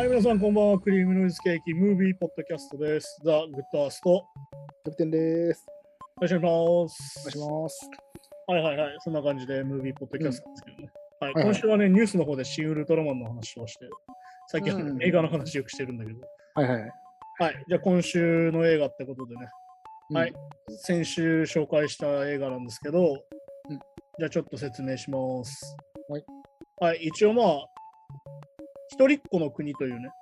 はい、皆さん、こんばんは。クリームノイズケーキムービーポッドキャストです。ザ・グッドアースト。 キャプテンです。 お願いします。 お願いします。 はいはいはい。そんな感じでムービーポッドキャストなんですけどね。はい、 はいはい今週はね、ニュースの方でシン・ウルトラマンの話をして、最近は映画の話よくしてるんだけど。 はいはい。 はい。じゃあ今週の映画ってことでね。はい。先週紹介した映画なんですけど、じゃあちょっと説明します。 はい。 はい。一応まあ、一人っ子の国というね、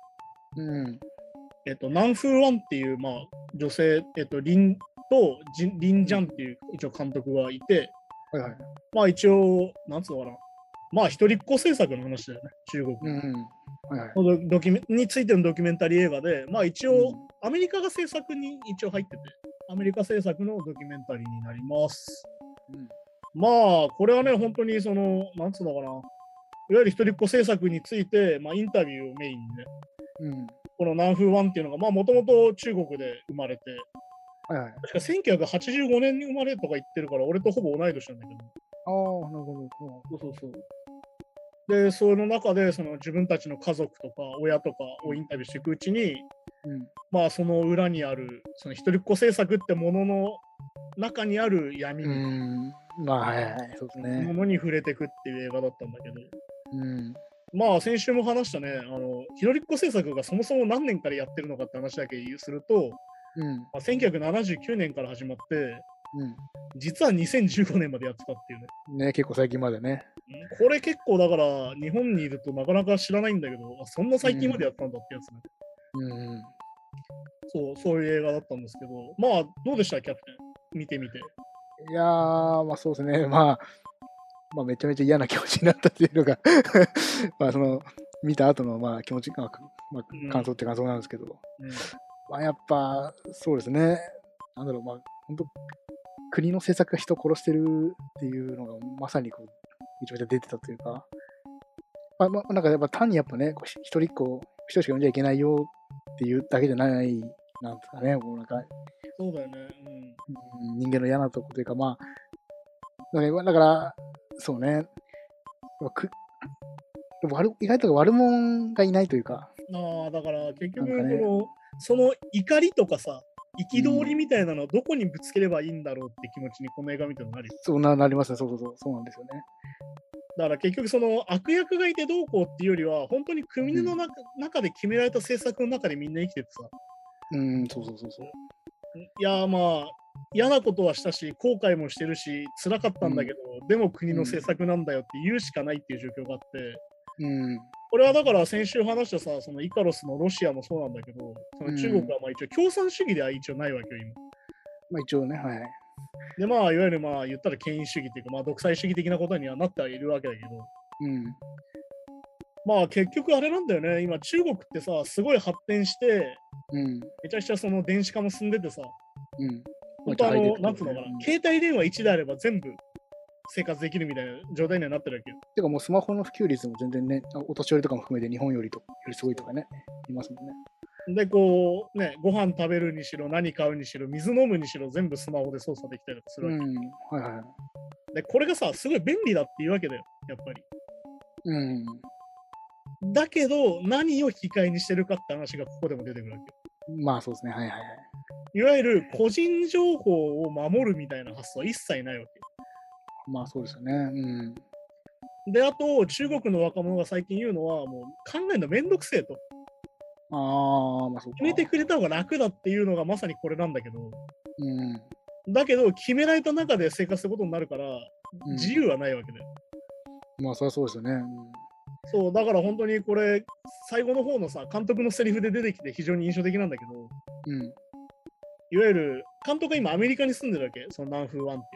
南風ワンっていう、まあ、女性、リンジャンっていう一応監督がいて、 はいはい。 まあ一応、なんつうのかな、まあ一人っ子制作の話だよね、中国。 はいはい。 についてのドキュメンタリー映画で、まあ一応、アメリカが制作に一応入ってて、アメリカ制作のドキュメンタリーになります。まあ、これはね、本当にその、なんつうのかな、いわゆる一人っ子制作について、まあインタビューをメインにね、この南風ワンっていうのが、まあもともと中国で生まれて、確か1985年に生まれとか言ってるから、俺とほぼ同い年なんだけど。 ああ、なるほど。そうそうそう。で、その中でその自分たちの家族とか親とかをインタビューしていくうちに、まあその裏にある、その一人っ子政策ってものの中にある闇みたいな、 まあはいはい、そうですね。 ものに触れていくっていう映画だったんだけど、まあ先週も話したね、一人っ子政策がそもそも何年からやってるのかって話だけすると、1979年から始まって、実は2015年までやってたっていうね。ね、結構最近までね。 これ結構だから日本にいるとなかなか知らないんだけど、そんな最近までやったんだってやつね。そういう映画だったんですけど、まあどうでしたキャプテン見てみて。 いやー、まあそうですね。まあめちゃめちゃ嫌な気持ちになったっていうのがまあその見た後のまあ気持ち、まあ、感想って感想なんですけど、まあやっぱそうですね。なんだろう、まあ本当国の政策が人を殺してるっていうのがまさにこうめちゃめちゃ出てたというか、なんかやっぱ単にやっぱね、一人しか呼んじゃいけないよっていうだけじゃない、なんですかね、もうなんか、 そうだよね。 人間の嫌なとこというか、まあ、だから、そうね、意外と悪者がいないというか。 だから結局、その怒りとかさ、憤りみたいなのをどこにぶつければいいんだろうって気持ちにこの映画見てもなる。 そうなりますね、そうなんですよね。 だから結局その悪役がいてどうこうっていうよりは、本当に国の中で決められた政策の中でみんな生きててさ。 そう。 いやまあ嫌なことはしたし、後悔もしてるし、辛かったんだけど、でも国の政策なんだよって言うしかないっていう状況があって、これはだから先週話したさ、そのイカロスのロシアもそうなんだけど、その中国はまあ一応共産主義では一応ないわけよ、今。 まあ一応ね、はい。 で、まあいわゆるまあ言ったら権威主義っていうか、まあ独裁主義的なことにはなってはいるわけだけど、まあ結局あれなんだよね、今中国ってさ、すごい発展して、めちゃくちゃその電子化も進んでてさ、本当なんつうのかな、携帯電話1であれば全部生活できるみたいな状態にはなってるわけよ。 てかもうスマホの普及率も全然ね、お年寄りとかも含めて日本よりすごいとかね、いますもんね。 で、こうね、ご飯食べるにしろ、何買うにしろ、水飲むにしろ、全部スマホで操作できたりとかするわけ。で、これがさ、すごい便利だっていうわけだよ、やっぱり。だけど、何を引き換えにしてるかって話がここでも出てくるわけ。 まあそうですね、はい。 いわゆる個人情報を守るみたいな発想は一切ないわけ。 まあそうですよね。 で、あと、中国の若者が最近言うのは、もう考えるのめんどくせえと。 まあそうか。 決めてくれた方が楽だっていうのがまさにこれなんだけど、だけど、決められた中で生活することになるから、自由はないわけだよ。 まあそりゃそうですよね。 そう、だから本当にこれ、最後の方のさ、監督のセリフで出てきて非常に印象的なんだけど、いわゆる、監督が今アメリカに住んでるわけ、その南風ワンっていう。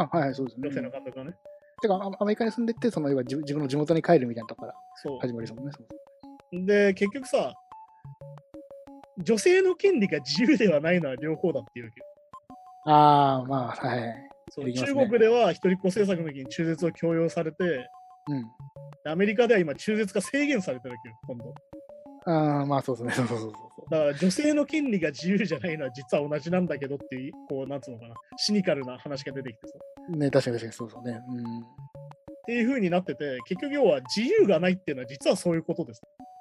はい、そうですね。 女性の監督がね。 てか、アメリカに住んでって、その自分の地元に帰るみたいなとこから始まりそうね。 で、結局さ、女性の権利が自由ではないのは両方だっていうわけ。 まあ、はい。 そう中国では一人っ子政策の時に中絶を強要されて、アメリカでは今中絶が制限されてるわけよ、今度。 まあそうですね。そう。 だから女性の権利が自由じゃないのは実は同じなんだけどっていう、こう、なんつうのかな、シニカルな話が出てきてさ。 ね、確かにそうね。 っていう風になってて、結局要は自由がないっていうのは実はそういうことです。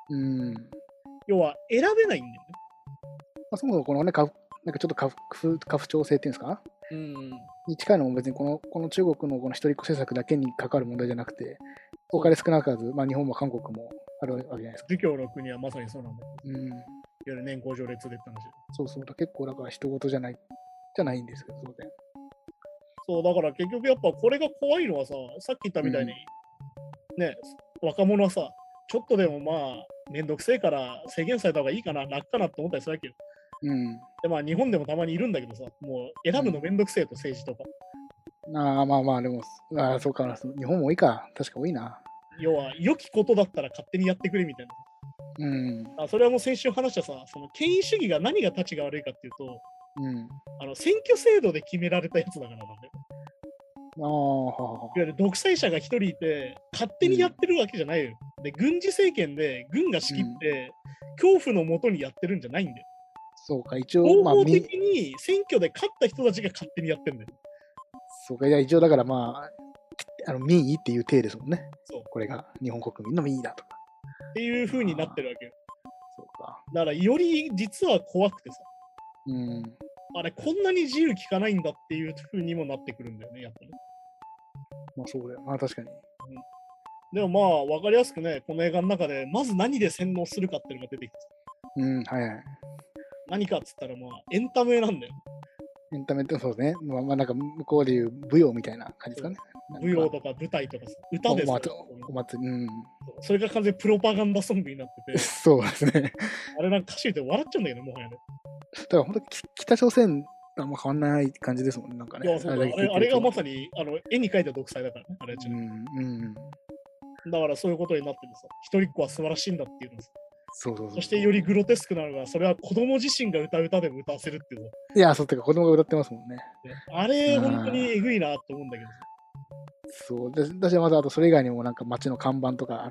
要は選べないんだよね。 そもそもこのね、なんかちょっと家父長制っていうんですか、に近いのも別にこの中国のこの一人っ子政策だけに関わる問題じゃなくて、多かれ少なからず、日本も韓国もあるわけじゃないですか。 儒教の国はまさにそうなんだけど、いわゆる年功序列でって話。 そうそう、結構だから人事じゃないんですけど、当然。 そう、だから結局やっぱこれが怖いのはさ、さっき言ったみたいに、ね、若者はさ、ちょっとでもめんどくせえから制限された方がいいかな、楽かなって思ったりするわけよ。で、日本でもたまにいるんだけどさ、もう選ぶのめんどくせえと、政治とか。 でも、そうかな、日本も多いか、確か多いな。 要は、良きことだったら勝手にやってくれみたいな。それはもう先週話したさ、その権威主義が何が立ちが悪いかっていうと、選挙制度で決められたやつだからなんだよ。いわゆる独裁者が一人いて、勝手にやってるわけじゃないよ。で、軍事政権で軍が仕切って、恐怖のもとにやってるんじゃないんだよ。 そうか、一応、 合法的に選挙で勝った人たちが勝手にやってるんだよ。 そうか、一応だから民意っていう体ですもんね。そう。これが日本国民の民意だとか。 っていう風になってるわけよ。そうか。だからより実は怖くてさ。あれ、こんなに自由聞かないんだっていう風にもなってくるんだよね、やっぱり。 そうだよ。確かに。 でも分かりやすくね、この映画の中で、まず何で洗脳するかっていうのが出てきてはいはい。 何かっつったら、エンタメなんだよ。 エンタメってそうですね。なんか向こうでいう舞踊みたいな感じですかね。 舞踊とか舞台とかさ、歌ですよ。 お祭り。 それが完全にプロパガンダソングになってて。 そうですね。 あれなんか歌詞で笑っちゃうんだけど、もはやね。 だから本当北朝鮮あんま変わんない感じですもんね、なんかね。 あれがまさに絵に描いた独裁だからね、あれは。だからそういうことになってるさ、一人っ子は素晴らしいんだっていうのさ。そしてよりグロテスクなのが、それは子供自身が歌う歌でも歌わせるっていうの。 いや、そうてか子供が歌ってますもんね。 あれ、本当にえぐいなと思うんだけどさ。 そう。私はまだあとそれ以外にもなんか街の看板とか、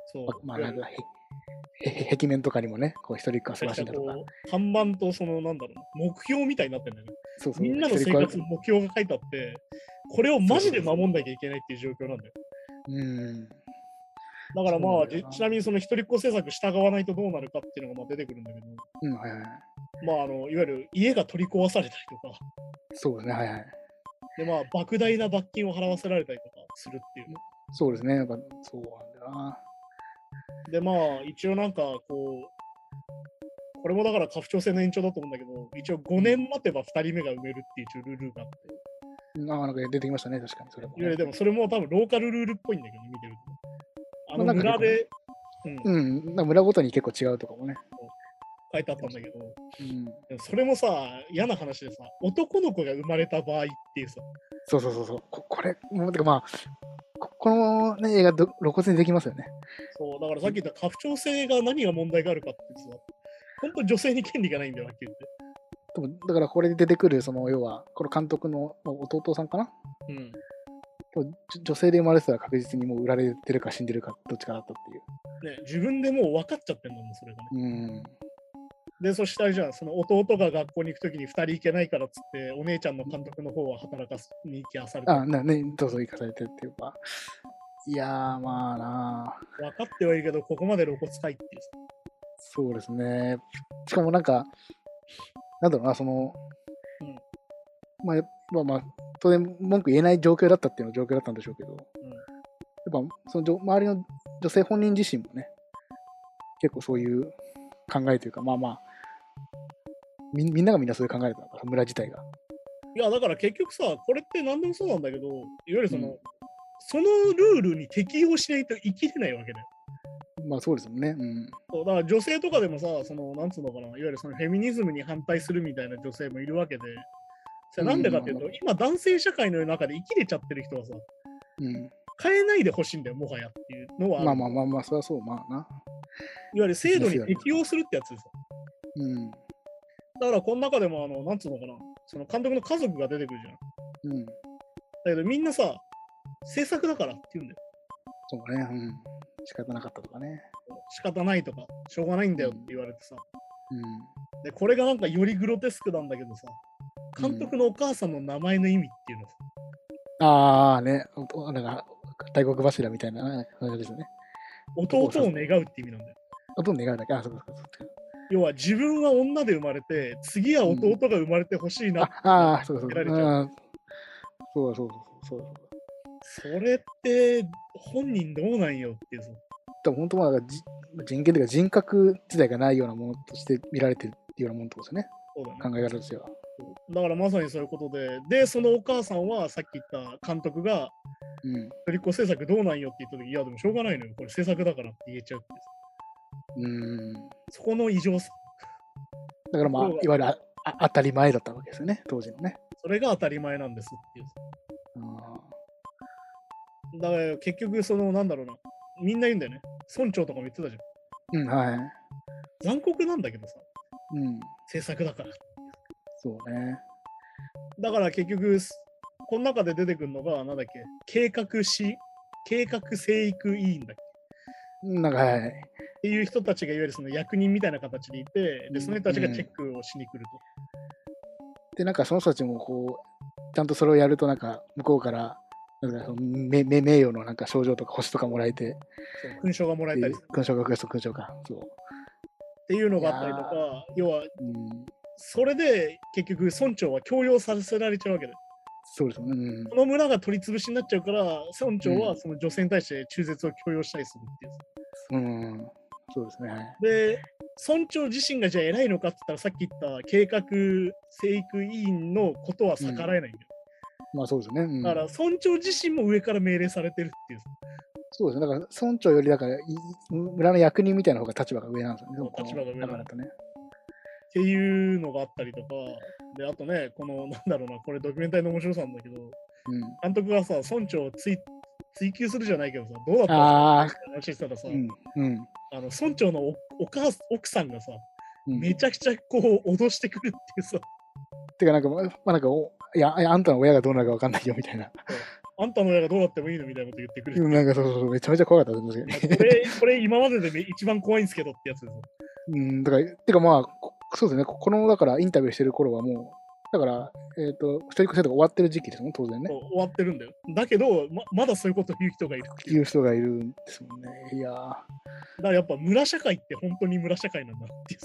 壁面とかにもね、一人っ子は素晴らしいんだとか。 看板と目標みたいになってるんだよね。みんなの生活の目標が書いてあって、これをマジで守んなきゃいけないっていう状況なんだよ。だからちなみにその一人っ子政策従わないとどうなるかっていうのが出てくるんだけど、いわゆる家が取り壊されたりとか、 そうですね、はいはい。 で莫大な罰金を払わせられたりとかするっていう。 そうですね、そうなんだよな。 で一応これもだから家父長制の延長だと思うんだけど、一応5年待てば2人目が産めるっていうルールがあって。 なんか出てきましたね、確かにそれも、 いやでもそれも多分ローカルルールっぽいんだけど、見てると。村で、 村ごとに結構違うとかもね。 書いてあったんだけど、それもさ、嫌な話でさ、男の子が生まれた場合っていうさ。 そう。これ、この、ね、映画露骨にできますよね。 そう、だからさっき言った家父長制が何が問題があるかってさ、本当に女性に権利がないんだよ、はっきり言って。 だからこれで出てくる、要は、この監督の弟さんかな、女性で生まれてたら確実にもう売られてるか死んでるかどっちかだったっていう。 ね、自分でもう分かっちゃってんだもん、それがね。で、そしてあれじゃん、その弟が学校に行くときに2人行けないからっつって、お姉ちゃんの監督の方は働かすに行きあされて。 どうぞ行かされてっていうか。いやー、 分かってはいるけど、ここまで露骨かいっていう。 そうですね。しかもなんか、なんだろうな、当然文句言えない状況だったっていうのは状況だったんでしょうけど、やっぱその周りの女性本人自身もね、結構そういう考えというか、みんながみんなそういう考えだったのか、村自体が。 いや、だから結局さ、これって何でもそうなんだけど、いわゆるそのルールに適応しないと生きれないわけだよ。 そうですもんね。 そうだから女性とかでもさ、なんつうのかな、いわゆるそのフェミニズムに反対するみたいな女性もいるわけで、それなんでかっていうと、今男性社会の中で生きれちゃってる人はさ、変えないでほしいんだよ、もはやっていうのはある。 そりゃそう、な。 いわゆる制度に適応するってやつでさ。だからこの中でもなんつうのかな、その監督の家族が出てくるじゃん。だけどみんなさ、制作だからって言うんだよ。 そうね、仕方なかったとかね。 仕方ないとか、しょうがないんだよって言われてさ。で、これがなんかよりグロテスクなんだけどさ、監督のお母さんの名前の意味っていうのさ。なんか大黒柱みたいな感じですね。 弟を願うって意味なんだよ。 どん願いだっけ？あ、そうか。 要は自分は女で生まれて、次は弟が生まれてほしいなってそうられちゃう。 そう。 それって本人どうなんよっていう。 でも本当は人権というか人格自体がないようなものとして見られてるっていうようなものってことですよね。 そうだね。 考え方としては。 だからまさにそういうことで、そのお母さんはさっき言った監督が、一人っ子制作どうなんよって言った時、いやでもしょうがないのよ、これ制作だからって言えちゃうっていう。そこの異常さ。 だからまあ、いわゆる当たり前だったわけですよね、当時のね。 それが当たり前なんですっていう。だから結局、なんだろうな、みんな言うんだよね。村長とかも言ってたじゃん。 はい。 残酷なんだけどさ、制作だから。 そうね。 だから結局、この中で出てくるのが、なんだっけ、計画生育委員だっけ。 はい。 っていう人たちがいわゆるその役人みたいな形でいて、でその人たちがチェックをしに来ると。 で、なんかその人たちもこう、ちゃんとそれをやると、なんか向こうから、なんか名誉のなんか賞状とか星とかもらえて、 勲章がもらえたりする。 勲章か。そう。 っていうのがあったりとか、要は、それで結局村長は強要させられちゃうわけで。 そうですね。 この村が取り潰しになっちゃうから、村長はその女性に対して中絶を強要したりするっていう。 そうですね。 で、村長自身がじゃあ偉いのかって言ったら、さっき言った計画生育委員のことは逆らえないんだよ。 まあそうですね。 だから村長自身も上から命令されてるっていう。 そうですね。だから村長よりだから村の役人みたいな方が立場が上なんですよね。 立場が上なんだとね。 っていうのがあったりとか、で、あとね、この、なんだろうな、これドキュメンタリーの面白さなんだけど、監督がさ、村長を追求するじゃないけどさ、どうだったんですかって話したらさ、村長の奥さんがさ、めちゃくちゃこう脅してくるっていうさ。 てかなんか、いや、あんたの親がどうなるか分かんないよみたいな。 あんたの親がどうなってもいいのみたいなこと言ってくる。 なんかそう、めちゃめちゃ怖かったですね。 これ今までで一番怖いんですけどってやつですよ。 だから、てかまあ、そうですね、このだからインタビューしてる頃はもう、だから、一人っ子制度が終わってる時期ですもん、当然ね。 終わってるんだよ。だけど、まだそういうことを言う人がいる。 言う人がいるんですもんね。いやだからやっぱ村社会って本当に村社会なんだっていう。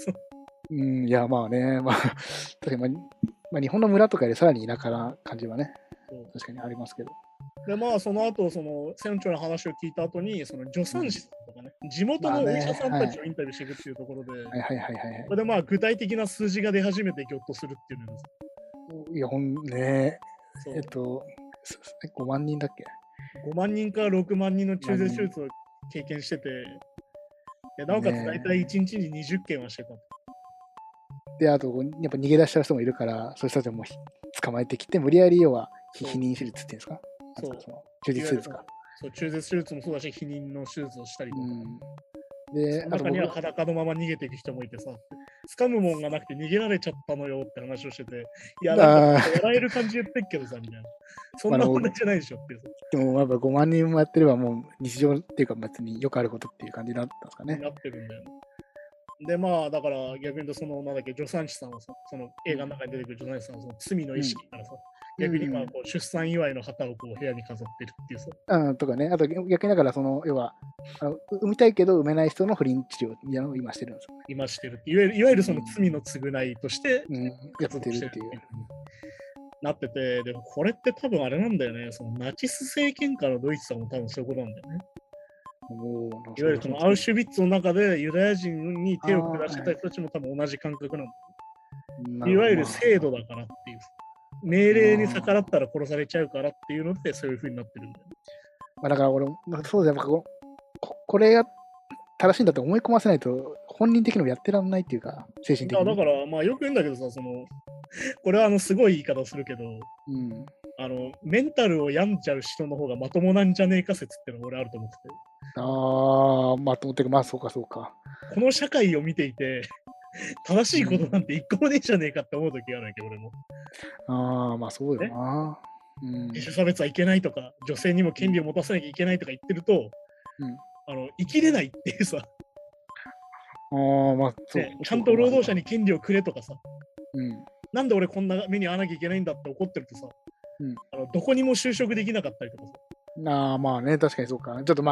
いや、まあね、まあ、確かに、まあ、日本の村とかよりさらに田舎な感じはね、確かにありますけど。 で、まあ、その後、船長の話を聞いた後に、助産師さんとかね、地元のお医者さんたちをインタビューしていくっていうところで、これでまあ、具体的な数字が出始めてギョッとするっていうのです。 いや、5万人だっけ ?5 万人から6万人の中絶手術を経験してて、なおかつ大体1日に20件はしてた。 で、あと、やっぱ逃げ出しちゃう人もいるから、そういう人たちも捕まえてきて、無理やり要は避妊手術っていうんですか？中絶手術か。 そう、中絶手術もそうだし、避妊の手術をしたりとか。 で、 中には裸のまま逃げていく人もいてさ、掴むもんがなくて逃げられちゃったのよって話をしてて、いや、なんか笑える感じ言ってっけどさ、みたいな。そんな問題じゃないでしょっていう。 でも、やっぱ5万人もやってれば、もう日常っていうか、別によくあることっていう感じになったんですかね。 なってるんだよね。で、まあ、だから逆に言うと、なんだっけ、助産師さんはさ、その映画の中に出てくる助産師さんは、その罪の意識からさ、逆に今こう出産祝いの旗をこう部屋に飾ってるっていうさ。とかね、あと逆にだから、要は、産みたいけど産めない人の不倫治療みたいなのを今してるんですよ。 今してるっていわゆるその罪の償いとしてやってるっていう。 なってて、でもこれって多分あれなんだよね、そのナチス政権下のドイツさんも多分そういうことなんだよね。いわゆるそのアウシュビッツの中でユダヤ人に手を下してた人たちも多分同じ感覚なんだよ。いわゆる制度だからっていう。命令に逆らったら殺されちゃうからっていうのでそういう風になってるんだよね。 だから俺、そうですね、これが正しいんだと思い込ませないと本人的にもやってらんないっていうか、精神的に。 だから、まあよく言うんだけどさ、これはすごい言い方をするけど、メンタルを病んじゃう人の方がまともなんじゃねえか説ってのが俺あると思ってて。 まともっていうか、まあそうか。 この社会を見ていて、正しいことなんて一個もねえじゃねえかって思うときがあるわけ、俺も。 まあそうよな。 人種差別はいけないとか、女性にも権利を持たせなきゃいけないとか言ってると、生きれないっていうさ。 まあそう、 ちゃんと労働者に権利をくれとかさ。なんで俺こんな目に遭わなきゃいけないんだって怒ってるとさ、どこにも就職できなかったりとかさ。 まあね、確かにそうか。ちょっとまあ、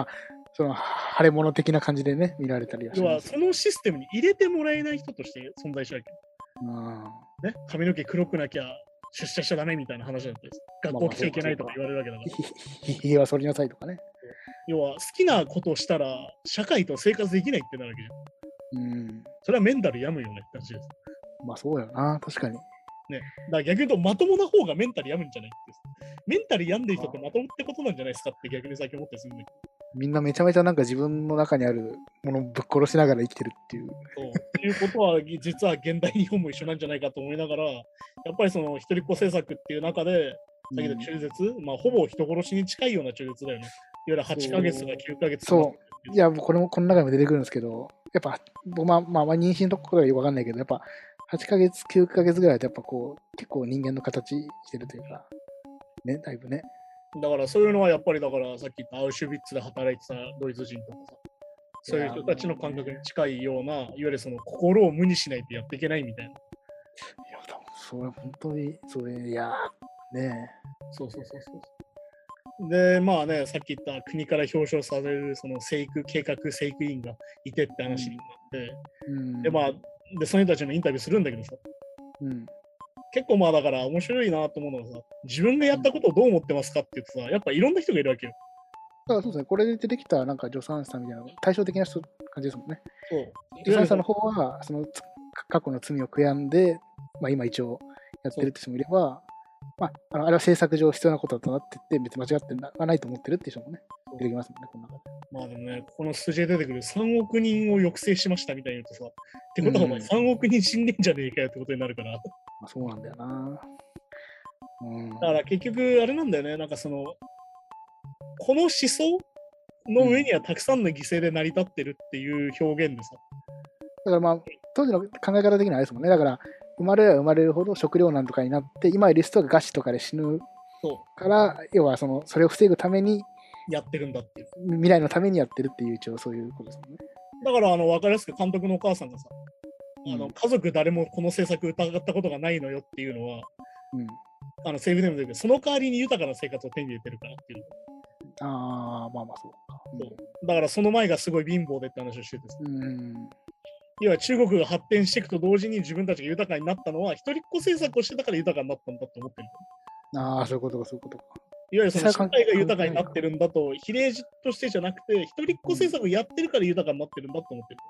その腫れ物的な感じでね、見られたりはします。 要はそのシステムに入れてもらえない人として存在しなきゃ。ね、髪の毛黒くなきゃ出社しちゃダメみたいな話だったです。学校来ちゃいけないとか言われるわけだから。 ひげは剃りなさいとかね。 要は好きなことをしたら社会と生活できないってなるわけじゃん。それはメンタル病むよねって話です。 まあそうやな、確かに。 ね、だから逆に言うとまともな方がメンタル病むんじゃないってメンタル病んでる人ってまともってことなんじゃないですかって逆に最近思ったりするんだけど。 みんなめちゃめちゃなんか自分の中にあるものをぶっ殺しながら生きてるっていう。 そうっていうことは実は現代日本も一緒なんじゃないかと思いながら、やっぱりその一人っ子政策っていう中で、先ほど中絶、まあほぼ人殺しに近いような中絶だよね。いわゆる8ヶ月が9ヶ月。 そう。いや、これもこの中にも出てくるんですけど、やっぱ、まあ妊娠のところはよくわかんないけど、やっぱ8ヶ月、9ヶ月ぐらいでやっぱこう、結構人間の形してるというか、ね、だいぶね。 だからそういうのはやっぱりだからさっき言ったアウシュビッツで働いてたドイツ人とかさ、そういう人たちの感覚に近いような、いわゆるその心を無にしないとやっていけないみたいな。いや、 それ本当に、それ、いや、ねそう。で、まあね、さっき言った国から表彰されるその計画生育委員がいてって話になって、で、まあ、で、その人たちのインタビューするんだけどさ、結構まあだから面白いなと思うのはさ、自分がやったことをどう思ってますかって言ってさ、やっぱいろんな人がいるわけよ。 だからそうですね、これで出てきたなんか助産師さんみたいな対照的な人感じですもんね。 そう。 助産師さんの方はその過去の罪を悔やんで、まあ、今一応やってるって人もいれば、まあ、あれは政策上必要なことだとなって言って、別に間違ってないと思ってるっていう人もね、出てきますもんね、この中で。 まあでもね、この数字で出てくる3億人を抑制しましたみたいに言うとさ、ってことはお前3億人死んでんじゃねえかよってことになるから。まあ、そうなんだよな。 だから結局あれなんだよね、なんかその、この思想の上にはたくさんの犠牲で成り立ってるっていう表現でさ。 だからまあ、当時の考え方的にはあれですもんね。だから、生まれれば生まれるほど食糧難とかになって、今いる人が餓死とかで死ぬから、要はそれを防ぐためにやってるんだっていう。 未来のためにやってるっていう、一応そういうことですもんね。 だから分かりやすく監督のお母さんがさ、家族誰もこの政策疑ったことがないのよっていうのは、セーフでも出てその代わりに豊かな生活を手に入れてるからっていう。 ああ、まあまあそうか。 だからその前がすごい貧乏でって話をしてて、要は中国が発展していくと同時に自分たちが豊かになったのは一人っ子政策をしてたから豊かになったんだと思ってる。 ああ、そういうことか、そういうことか。 いわゆるその社会が豊かになってるんだと、比例としてじゃなくて、一人っ子政策をやってるから豊かになってるんだと思ってる。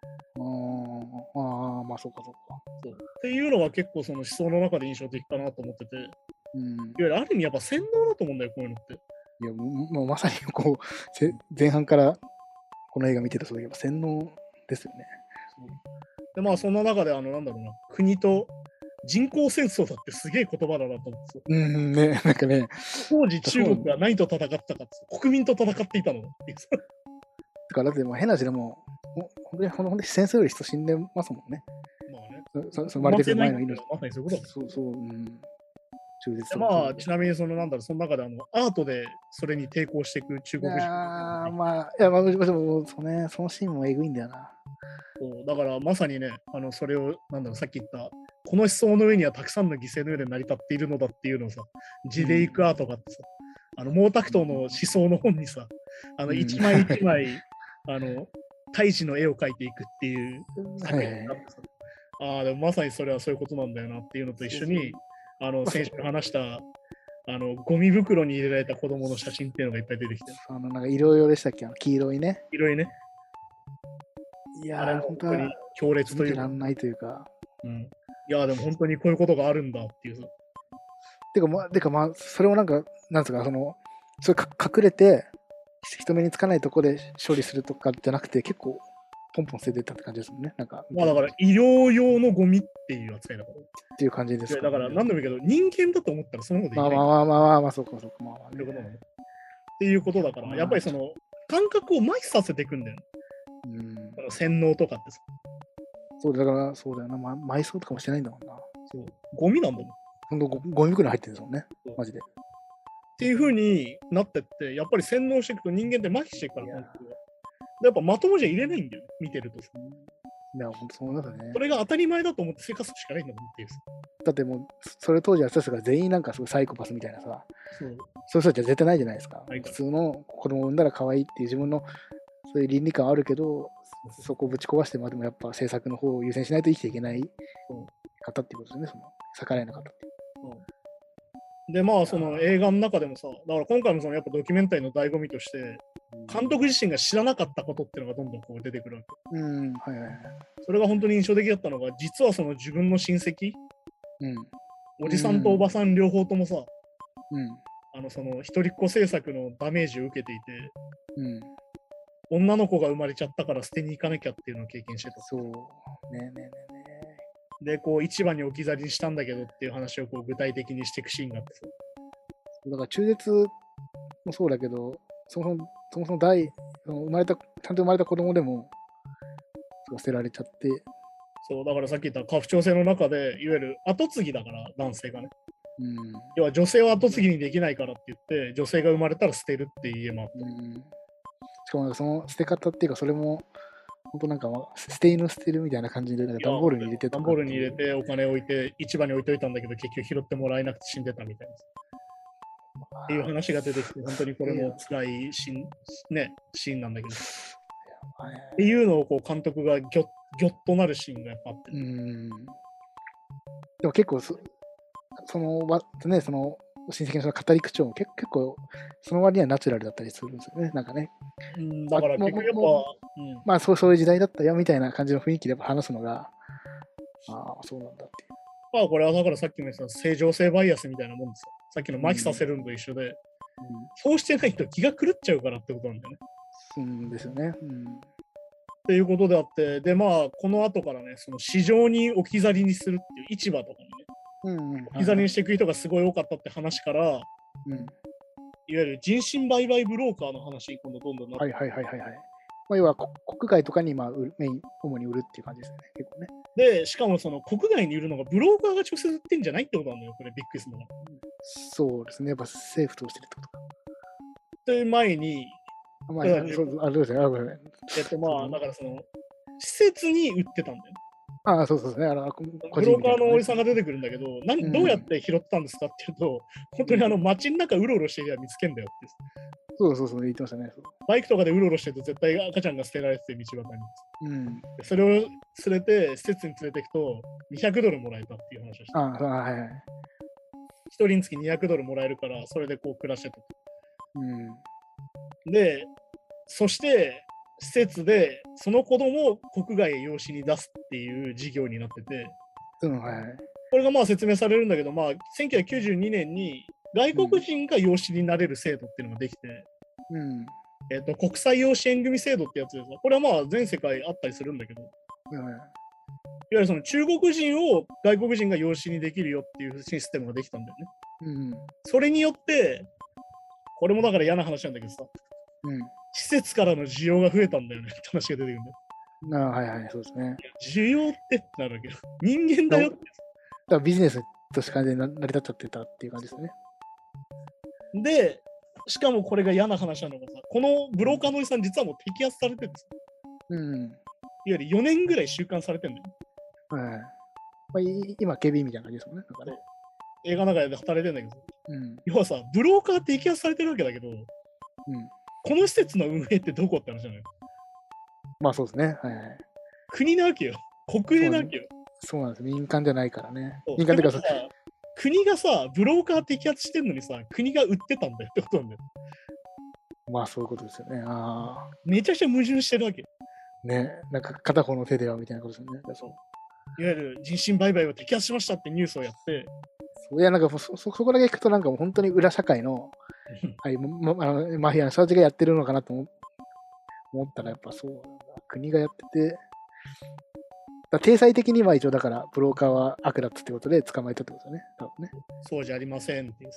ああ、まあそうか、そうか。 そうっていうのは結構その思想の中で印象的かなと思ってて、いわゆるある意味やっぱ洗脳だと思うんだよ、こういうのって。 いや、もうまさにこう、前半からこの映画見てると、やっぱ洗脳ですよね。 で、まあそんな中で、なんだろうな、国と人口戦争だってすげえ言葉だなと思ってね、なんかね。 当時中国は何と戦ってたかって、国民と戦っていたのっていう。 だからだってもう変な話でも、本当に戦争より人死んでますもんね。まあね。生まれてる前の命。 まさにそういうことだ。 そう、 まあ、ちなみにその中でアートでそれに抵抗していく中国人。 まあ、もちろんそのシーンもえぐいんだよな。 そうだからまさにね、それを、さっき言った、この思想の上にはたくさんの犠牲の上で成り立っているのだっていうのをさ、ジレイクアートがあってさ、毛沢東の思想の本にさ、一枚一枚、胎児の絵を描いていくっていう作品があってさ、でもまさにそれはそういうことなんだよなっていうのと一緒に、先週話したゴミ袋に入れられた子供の写真っていうのがいっぱい出てきてなんか色々でしたっけ、黄色いね。 黄色いね。 いやー、本当に強烈というか。 らんないというか。 いやー、でも本当にこういうことがあるんだっていうさ。 てかまあ、それをなんか、なんですか、それ隠れて、人目につかないところで処理するとかじゃなくて、結構、ポンポン捨ててたって感じですもんね。なんか。 まあだから医療用のゴミっていう扱いだから。 っていう感じですか、ね。だから何でもいいけど、人間だと思ったらそのこと言えない。 まあ、そうか。まあっていうことだから、やっぱりその感覚を麻痺させていくんだよね。洗脳とかってさ。 そうだよな。埋葬とかもしてないんだもんな。 そう。ゴミなんだもん。 ほんとゴミ袋入ってるんですもんね。マジで。 っていう風になってって、やっぱり洗脳していくと人間って麻痺していくから、やっぱまともじゃ入れないんだよ、見てると。 いや、ほんとそうなんだね。 それが当たり前だと思って生活するしかないんだもんっていう。 だってもう、それ当時は人たちが全員なんかすごいサイコパスみたいなさ、そういう人たちは絶対ないじゃないですか。普通の子供を産んだら可愛いっていう自分のそういう倫理観はあるけど、そこをぶち壊してまでもやっぱ政策の方を優先しないと生きていけない方っていうことですね、その逆らえなかったっていう。 で、まあ、その映画の中でもさ、だから今回のそのやっぱドキュメンタリーの醍醐味として、監督自身が知らなかったことっていうのがどんどんこう出てくるわけ。 はいはいはい。 それが本当に印象的だったのが、実はその自分の親戚、おじさんとおばさん両方ともさ、その一人っ子政策のダメージを受けていて、女の子が生まれちゃったから捨てに行かなきゃっていうのを経験してた。 そう。ね。 で、こう、市場に置き去りにしたんだけどっていう話をこう具体的にしていくシーンがあってさ。 だから中絶もそうだけど、そもそもちゃんと生まれた子供でも捨てられちゃって。 そう、だからさっき言った家父長制の中で、いわゆる後継ぎだから、男性がね。要は女性は後継ぎにできないからって言って、女性が生まれたら捨てるっていう家もあった。 しかもその捨て方っていうか、それも、本当なんか、捨て犬捨てるみたいな感じで、段ボールに入れて段ボールに入れてお金置いて、市場に置いといたんだけど、結局拾ってもらえなくて死んでたみたいな。っていう話が出てきて、本当にこれも辛いシーンなんだけど。っていうのをこう監督がギョッとなるシーンがやっぱあって。 でも結構その親戚の語り口調も結構その割にはナチュラルだったりするんですよね、なんかね。 だから結局やっぱ、 まあそういう時代だったよみたいな感じの雰囲気で話すのが、そうなんだっていう。 まあこれはだからさっきの言った正常性バイアスみたいなもんですよ。さっきの麻痺させるのと一緒で、そうしてないと気が狂っちゃうからってことなんだよね。 そうですよね。 っていうことであって、でまあこの後からね、その市場に置き去りにするっていう市場とかにね、置き去りにしていく人がすごい多かったって話から、いわゆる人身売買ブローカーの話に今度どんどんなって。 要は国外とかに主に売るっていう感じですね、結構ね。 で、しかもその国外に売るのがブローカーが直接売ってんじゃないってことなんだよ、これびっくりするのが。 そうですね、やっぱ政府としてるってことか。 という前に、 まあ、そうですね、 だからその、施設に売ってたんだよ。 そうですね。 ブローカーのおじさんが出てくるんだけど、どうやって拾ったんですかっていうと、本当に街の中うろうろしてりゃ見つけんだよって。 そう、言ってましたね。 バイクとかでうろうろしてると絶対赤ちゃんが捨てられてて道端に。それを連れて施設に連れていくと$200もらえたっていう話をして。一人につき$200もらえるから、それでこう暮らしてた。で、そして施設でその子供を国外へ養子に出すっていう事業になってて、これがまあ説明されるんだけど、まあ、1992年に外国人が養子になれる制度っていうのができて、国際養子縁組制度ってやつです。これはまあ全世界あったりするんだけど、いわゆるその中国人を外国人が養子にできるよっていうシステムができたんだよね。それによって、これもだから嫌な話なんだけどさ、施設からの需要が増えたんだよねって話が出てくるんだよ。 そうですね。 需要ってなるわけど、人間だよって。 だからビジネスとして完全に成り立っちゃってたっていう感じですね。 で、しかもこれが嫌な話なのがさ、このブローカーのおじさん、実はもう摘発されてるんですよ。いわゆる4年ぐらい収監されてるんだよ。 今、警備員みたいな感じですもんね。 映画の中で働いてるんだけど、要はさ、ブローカー摘発されてるわけだけど、この施設の運営ってどこって話じゃない？ まあそうですね。 国なわけよ。国営なわけよ。 そうなんです。民間じゃないからね。 民間っていうかさ、国がさ、ブローカー摘発してんのにさ、国が売ってたんだよってことなんだよ。 まあそういうことですよね。 めちゃくちゃ矛盾してるわけ。 ね、なんか片方の手ではみたいなことですよね。 いわゆる人身売買を摘発しましたってニュースをやって。 いや、なんかそこだけ聞くと、なんかもう本当に裏社会の、マフィアの人たちがやってるのかなと思ったら、やっぱそうなんだ。国がやってて、体裁的には一応だから、ブローカーは悪だってことで捕まえたってことですよね。多分ね。 そうじゃありませんっていう。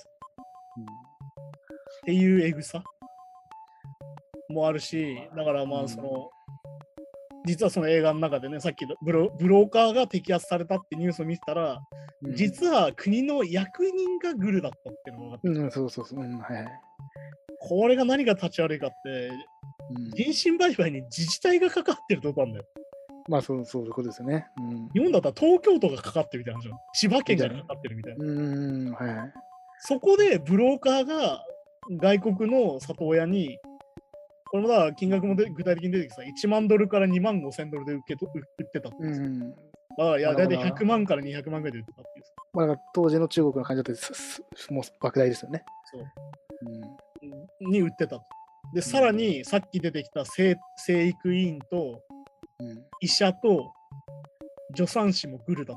っていうエグさもあるし、だからまあ実はその映画の中でね、さっきのブローカーが摘発されたってニュースを見てたら、実は国の役人がグルだったっていうのが分かって、 そう。 これが何が立ち悪いかって、人身売買に自治体がかかってるとこなんだよ。 まあそういうことですよね。 日本だったら東京都がかかってるみたいな話じゃん。千葉県がかかってるみたいな。そこでブローカーが外国の里親にこれもだ、金額も具体的に出てきてさ、$1万から$2万5千で売ってたって。だから、いや、だいたい100万から200万ぐらいで売ってたっていう。 まあ、だから当時の中国の感じだともう莫大ですよね。 そう。に売ってたと。で、さらにさっき出てきた生育委員と、医者と助産師もグルだった。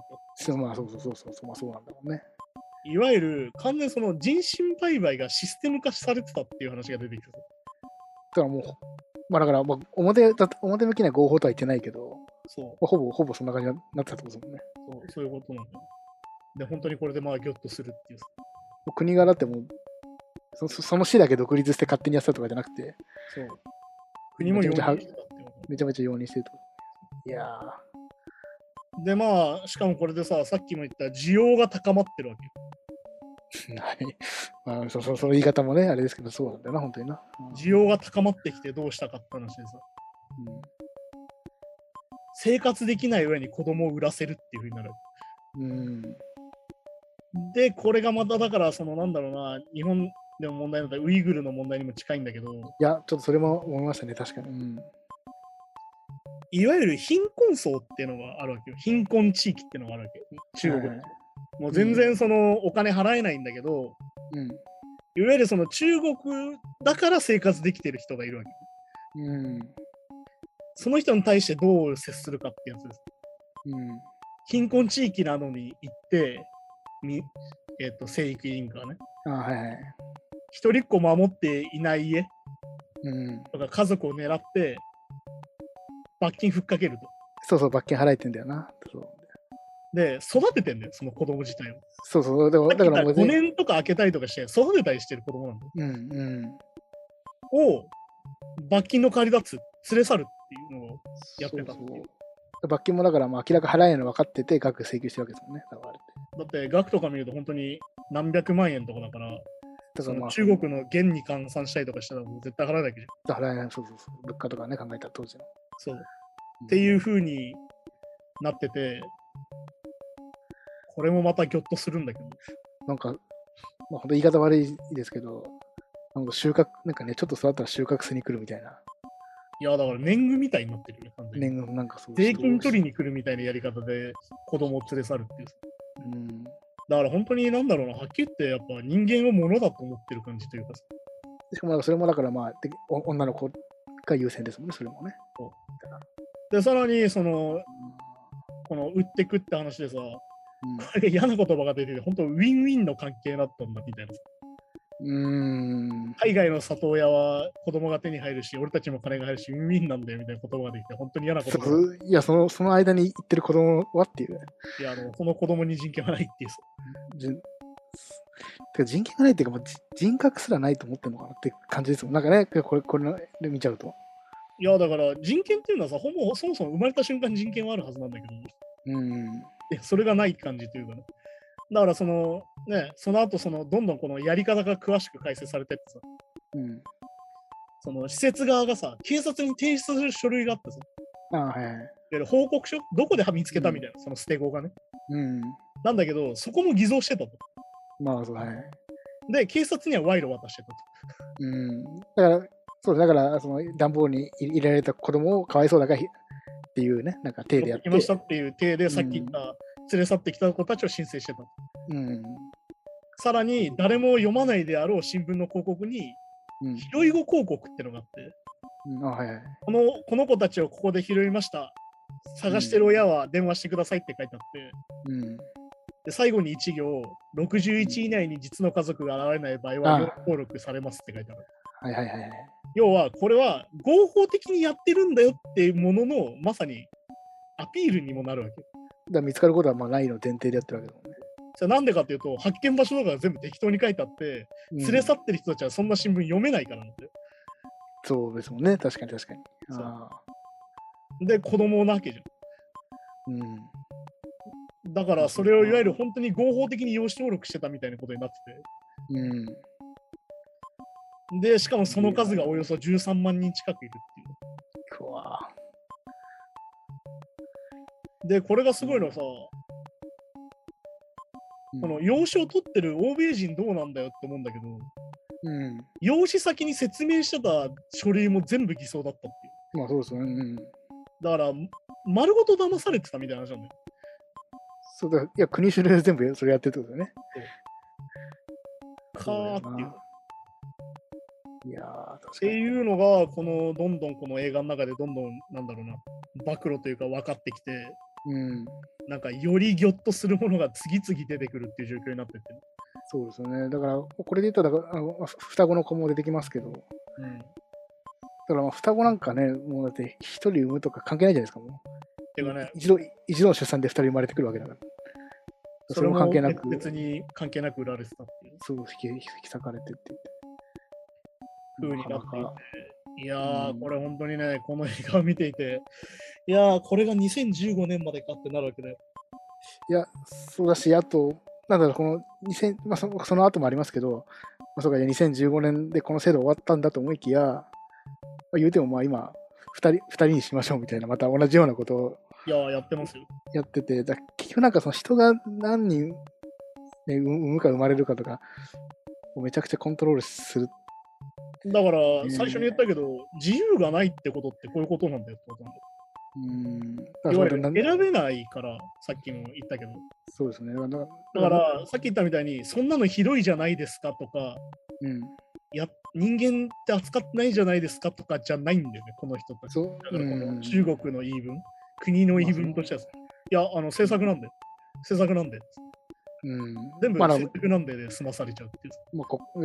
まあ、そうなんだもんね。 いわゆる完全その人身売買がシステム化されてたっていう話が出てきた。だからもう、まあだから表向きには合法とは言ってないけど、 そうほぼそんな感じになってたってことですもんね。 そういうことなんだ。で、本当にこれでまあギョッとするっていう。 国がだってもう、その市だけ独立して勝手にやってたとかじゃなくて、 そう。国も容認してたっていう。 めちゃめちゃ容認してると。いやー。で、まあ、しかもこれでさ、さっきも言った需要が高まってるわけよ。 はい。まあ、その言い方もね、あれですけど、そうなんだよな、本当にな。 需要が高まってきてどうしたかって話でさ。生活できない上に子供を売らせるっていうふうになる。で、これがまただから、なんだろうな、日本でも問題なんだ、ウイグルの問題にも近いんだけど。いや、ちょっとそれも思いましたね、確かに。 いわゆる貧困層っていうのがあるわけよ。貧困地域っていうのがあるわけよ。中国で。もう全然お金払えないんだけど、いわゆる中国だから生活できてる人がいるわけ。その人に対してどう接するかってやつです。貧困地域などに行って、生育委員がね、一人っ子守っていない家とか家族を狙って罰金ふっかけると。 そう、罰金払えてんだよな。 で、育ててんだよ、その子供自体を。 だからもう 5年とか開けたりとかして育てたりしてる子供なんだよ。を罰金の代わりだっつ連れ去るっていうのをやってた。 罰金もだから明らか払えないの分かってて額請求してるわけですもんね。 だって額とか見ると本当に何百万円とかだから、中国の元に換算したりとかしたらもう絶対払えないわけじゃん。払えない、そう。物価とかね、考えたら当時の。 そう。っていう風になってて、これもまたギョッとするんだけど。 なんか、まあ、本当言い方悪いですけど、なんかちょっと育ったら収穫しに来るみたいな。 いや、だから年貢みたいになってるね、完全に。 年貢なんかそう。 税金取りに来るみたいなやり方で子供を連れ去るっていう。だから本当になんだろうな、はっきり言ってやっぱ人間を物だと思ってる感じというかさ。 しかもそれもだからまあ、女の子が優先ですもんね、それもね。 で、さらにこの売ってくって話でさ、これが嫌な言葉が出てて、本当ウィンウィンの関係だったんだみたいな。海外の里親は子供が手に入るし、俺たちも金が入るし、ウィンウィンなんだよみたいな言葉ができて、本当に嫌な言葉。 いや、その間に言ってる子供はっていう。 いや、その子供に人権はないっていう。 人権がないっていうか、人格すらないと思ってるのかなって感じですもん。なんかね、これで見ちゃうと。 いや、だから人権っていうのはさ、そもそも生まれた瞬間人権はあるはずなんだけど、それがない感じというかね。だからその後どんどんこのやり方が詳しく解説されてってさ、施設側がさ、警察に提出する書類があってさ、報告書どこで見つけたみたいな、その捨て子がね。なんだけど、そこも偽造してたと。で、警察には賄賂渡してたと。だから、段ボールに入れられた子供をかわいそうだからっていうね、なんか手でやって。 きましたっていう手で、さっき言った連れ去ってきた子たちを申請してた。さらに、誰も読まないであろう新聞の広告に、拾い子広告ってのがあって、この子たちをここで拾いました。探してる親は電話してくださいって書いてあって、で最後に1行、61以内に実の家族が現れない場合は、要登録されますって書いてある。要は、これは合法的にやってるんだよっていうものの、まさにアピールにもなるわけ。 見つかることはまあないの前提でやってるわけだもんね。 なんでかっていうと、発見場所とかが全部適当に書いてあって、連れ去ってる人たちはそんな新聞読めないからなんだよ。 そうですもんね、確かに。 で、子供なわけじゃん。だから、それをいわゆる本当に合法的に養子登録してたみたいなことになってて。で、しかもその数がおよそ13万人近くいるっていう。で、これがすごいのはさ、この養子を取ってる欧米人どうなんだよって思うんだけど、 用紙先に説明してた書類も全部偽装だったっていう。 まあそうですよね。 だから、丸ごと騙されてたみたいな話なんだよ。 そうだ、いや、国主で全部それやってるってことだよね。 かーっていう。 いやー、確かに。 っていうのが、どんどんこの映画の中でどんどん、なんだろうな、暴露というか分かってきて、なんかよりギョッとするものが次々出てくるっていう状況になってって、ね。 そうですよね。だから、これで言ったら、双子の子も出てきますけど、だから双子なんかね、もうだって一人産むとか関係ないじゃないですか、もう。 てかね、 一度の出産で二人生まれてくるわけだから。 それも関係なく。別に関係なく売られてたっていう。 そう、引き裂かれてって言って。 風になっていて。いやー、これ本当にね、この映画を見ていて、いやー、これが2015年までかってなるわけだよ。 いや、そうだし、あと、なんだろう、この2000、まあその後もありますけど、そうか、2015年でこの制度終わったんだと思いきや、言うてもまあ今、2人にしましょうみたいな、また同じようなことをやってますよ。 やってて、結局なんかその人が何人、ね、産むか生まれるかとか、めちゃくちゃコントロールする。 だから、最初に言ったけど、自由がないってことってこういうことなんだよってことなんだよ。いわゆる選べないから、さっきも言ったけど。 そうですね。 だから、さっき言ったみたいに、そんなのひどいじゃないですかとか、人間って扱ってないじゃないですかとかじゃないんだよね、この人たち。だからこの中国の言い分、国の言い分としては、いや、政策なんで、政策なんで。全部政策なんで済まされちゃうっていう。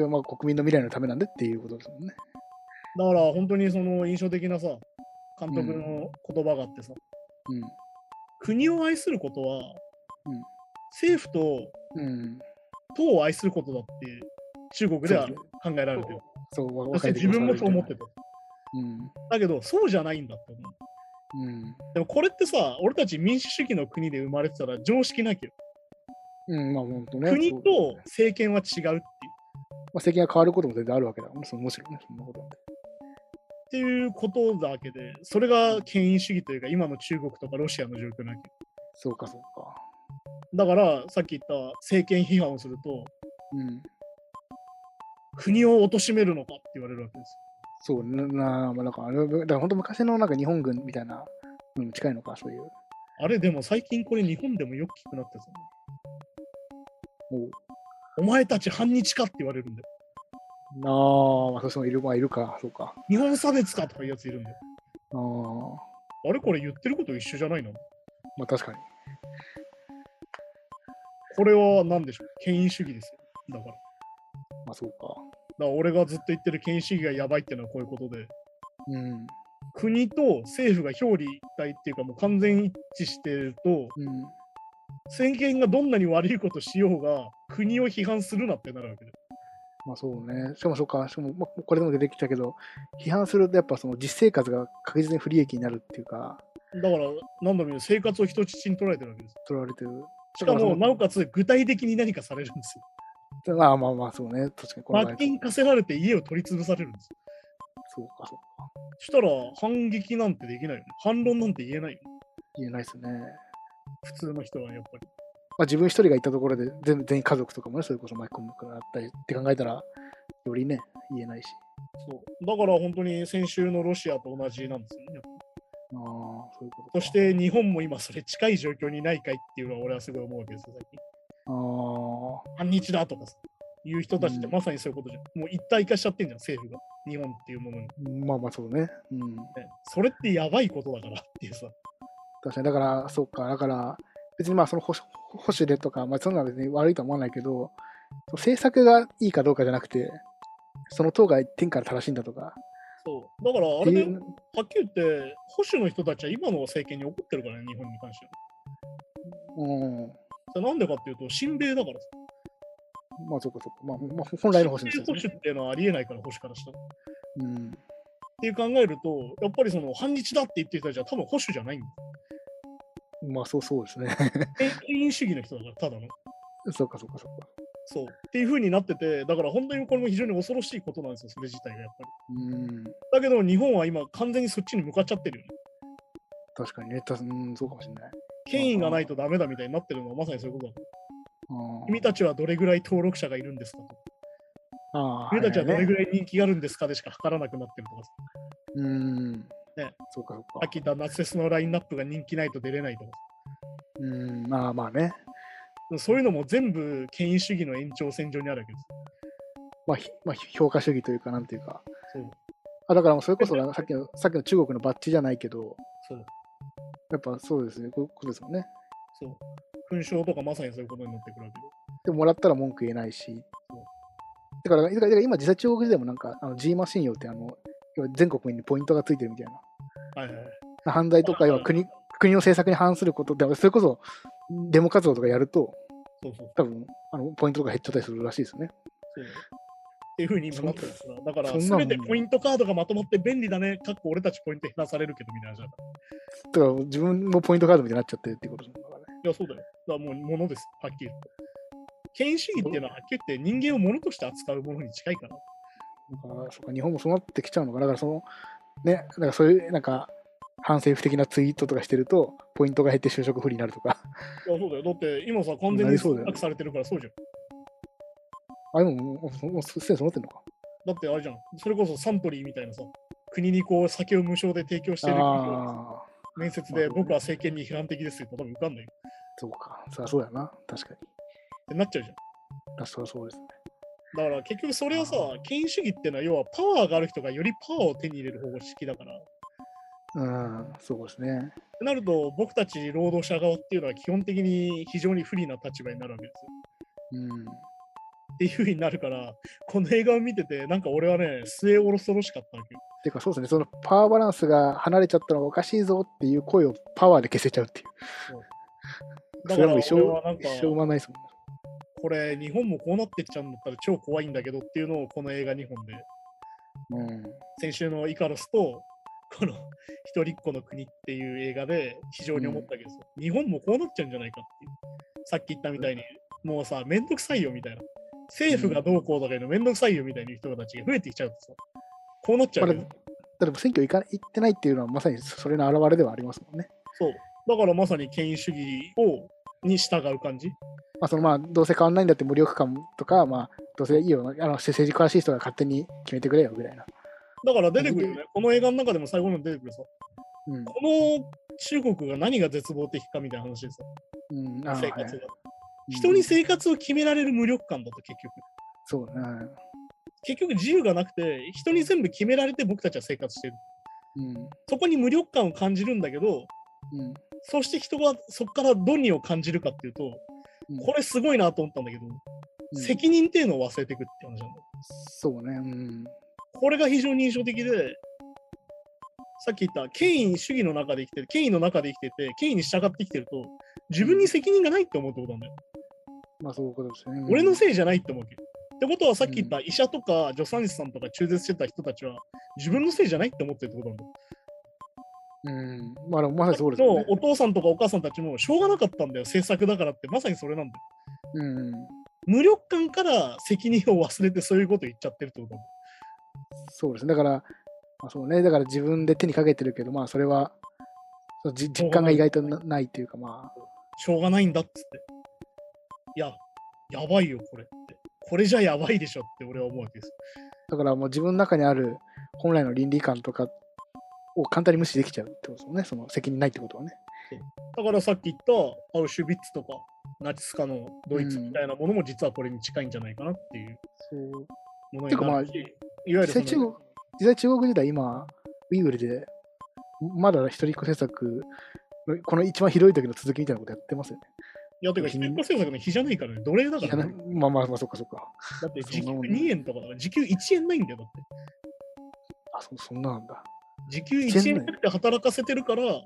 まあ、国民の未来のためなんでっていうことですもんね。 だから本当にその印象的なさ、監督の言葉があってさ、国を愛することは、政府と党を愛することだって中国では考えられてる。そして自分もそう思ってた。だけど、そうじゃないんだって思う。でもこれってさ、俺たち民主主義の国で生まれてたら常識なきゃ。 まあ本当ね。 国と政権は違うっていう。 政権が変わることも全然あるわけだもんね、むしろね、そんなことっていうことだけで、それが権威主義というか、今の中国とかロシアの状況なきゃ。 そうか、そうか。 だから、さっき言った政権批判をすると、国を貶めるのかって言われるわけです。 そう、なんか、だから本当昔のなんか日本軍みたいな、近いのか、そういう。 あれ、でも最近これ日本でもよく聞くなってさ。お前たち反日かって言われるんだよ。 まあ、そういるか、そうか。 日本差別かとかいうやついるんだよ。あれこれ言ってること一緒じゃないの？ まあ確かに。 これは何でしょう？権威主義ですよ。だから。 まあそうか。 だから俺がずっと言ってる権威主義がやばいっていうのはこういうことで。国と政府が表裏一体っていうかもう完全一致してると、政権がどんなに悪いことしようが国を批判するなってなるわけで。 まあそうね。しかもそうか、まあ、これでも出てきたけど、批判するとやっぱその実生活が確実に不利益になるっていうか。 だから何度も言う生活を人質に取られてるわけです。 取られてる。 しかもなおかつ具体的に何かされるんですよ。まあそうね。確かに。 罰金課せられて家を取り潰されるんですよ。 そうか。 そしたら反撃なんてできないよね。反論なんて言えないよね。 言えないですね。 普通の人はやっぱり。 まあ、自分一人がいたところで全員家族とかもね、それこそ巻き込むからあったりって考えたら、よりね、言えないし。 そう。だから本当に先週のロシアと同じなんですよね。 そういうことそして日本も今それ近い状況にないかいっていうのは俺はすごい思うわけですよ、最近。反日だとかいう人たちってまさにそういうことじゃん。もう一体化しちゃってんじゃん、政府が。日本っていうものに。 まあそうね。 それってやばいことだからっていうさ。 確かに、だから、そうか、だから、別にまあその保守でとか、まあそんなの別に悪いとは思わないけど、政策がいいかどうかじゃなくて、その党が天から正しいんだとか。 そう。だからあれで、はっきり言って、保守の人たちは今の政権に怒ってるからね、日本に関しては。なんでかっていうと、親米だからさ。 まあそうか。まあ本来の保守です、ね。保守っていうのはありえないから、保守からしたら。っていう考えると、やっぱりその反日だって言ってる人たちは多分保守じゃないんだ。 まあそうですね。 権威主義の人だから、ただの。 そうか。 そう。っていう風になってて、だから本当にこれも非常に恐ろしいことなんですよ、それ自体がやっぱり。だけど日本は今完全にそっちに向かっちゃってるよね。 確かにね、そうかもしれない。 権威がないとダメだみたいになってるのはまさにそういうことだ。君たちはどれぐらい登録者がいるんですかと。 君たちはどれぐらい人気があるんですかでしか測らなくなってるとかさ。ね。 そうかそうか。 さっき言った夏フェスのラインナップが人気ないと出れないとか。 まあね。 そういうのも全部権威主義の延長線上にあるわけです。 まあ、評価主義というか、なんていうか。 そう。 だからそれこそさっきの中国のバッジじゃないけど、 そう。 やっぱそうですね、こういうことですもんね。 そう。勲章とかまさにそういうことになってくるわけでももらったら文句言えないし。だから今、実際中国でもなんか、G マシン用って全国民にポイントがついてるみたいな。 はいはい。 犯罪とかは国の政策に反することで、それこそデモ活動とかやると、多分ポイントとか減っちゃったりするらしいですよね。 そうっていうふうに今なってるんですだから、すべてポイントカードがまとまって便利だね、かっこ俺たちポイント減らされるけどみたいなじゃん。だから自分もポイントカードみたいになっちゃってるっていうことだからね。 いや、そうだよ。だからもう物です、はっきり言うと。権威主義っていうのははっきり言って人間を物として扱うものに近いから。 そうか、日本もそうなってきちゃうのかな。だからだからそういうなんか反政府的なツイートとかしてると、ポイントが減って就職不利になるとか。 いや、そうだよ。だって今さ、完全に選択されてるからそうじゃん。 でももうすでにそうなってんのか。 だってあれじゃん。それこそサントリーみたいなさ、国にこう酒を無償で提供してる面接で僕は政権に批判的ですよ。多分受かんないよ。 そうか。そうやな。確かに。 ってなっちゃうじゃん。 そうですね。 だから結局それはさ、権威主義っていうのは要はパワーがある人がよりパワーを手に入れる方式だから。 そうですね。 ってなると僕たち労働者側っていうのは基本的に非常に不利な立場になるわけですよ。っていう風になるから、この映画を見てて、なんか俺はね、末恐ろしかったわけよ。 ていうかそうですね、そのパワーバランスが離れちゃったのがおかしいぞっていう声をパワーで消せちゃうっていう。 だから俺はなんか、 一生生まないですもんね。 これ日本もこうなってきちゃうんだったら超怖いんだけどっていうのをこの映画2本で、先週のイカロスとこの一人っ子の国っていう映画で非常に思ったけど、日本もこうなっちゃうんじゃないかっていう。さっき言ったみたいに、もうさ、めんどくさいよみたいな。政府がどうこうとかいうのめんどくさいよみたいな人たちが増えてきちゃうとさ、こうなっちゃうよ、ね。 だって選挙行ってないっていうのはまさにそれの表れではありますもんね。 そう。だからまさに権威主義に従う感じ。 どうせ変わんないんだって無力感とか、どうせいいよ、政治詳しい人が勝手に決めてくれよぐらいな。 だから出てくるよね。この映画の中でも最後の出てくるさ。この中国が何が絶望的かみたいな話でさ。生活が。人に生活を決められる無力感だと結局。 そうね。 結局自由がなくて、人に全部決められて僕たちは生活してる。そこに無力感を感じるんだけど、そして人がそこから何を感じるかっていうと、これすごいなと思ったんだけど、責任っていうのを忘れていくって話なんだ。 そうね。 これが非常に印象的で、さっき言った権威主義の中で生きてる、権威の中で生きてて、権威に従って生きてると、自分に責任がないって思うってことなんだよ。 そういうことですね。 俺のせいじゃないって思うわけ。ってことはさっき言った医者とか助産師さんとか中絶してた人たちは自分のせいじゃないって思ってるってことなんだよ。 まさにそうですね。 お父さんとかお母さんたちもしょうがなかったんだよ、政策だからってまさにそれなんだよ。無力感から責任を忘れてそういうこと言っちゃってるってことなんだよ。 そうですね。だから、だから自分で手にかけてるけど、それは実感が意外とないっていうか、 しょうがないんだっつって。いや、やばいよ、これって。これじゃやばいでしょって俺は思うわけです。 だからもう自分の中にある本来の倫理観とかを簡単に無視できちゃうってことですもんね。その責任ないってことはね。 だからさっき言ったアウシュビッツとかナチス化のドイツみたいなものも実はこれに近いんじゃないかなっていうものになるし、いわゆる実際中国時代今、ウイグルでまだ一人っ子政策、この一番ひどい時の続きみたいなことやってますよね。 いや、てか、一人っ子政策の比じゃないからね、奴隷だからね。 そっかそっか。 だって時給2円とかだから時給1円ないんだよ、だって。 そんななんだ。 時給1円って働かせてるから、 そっ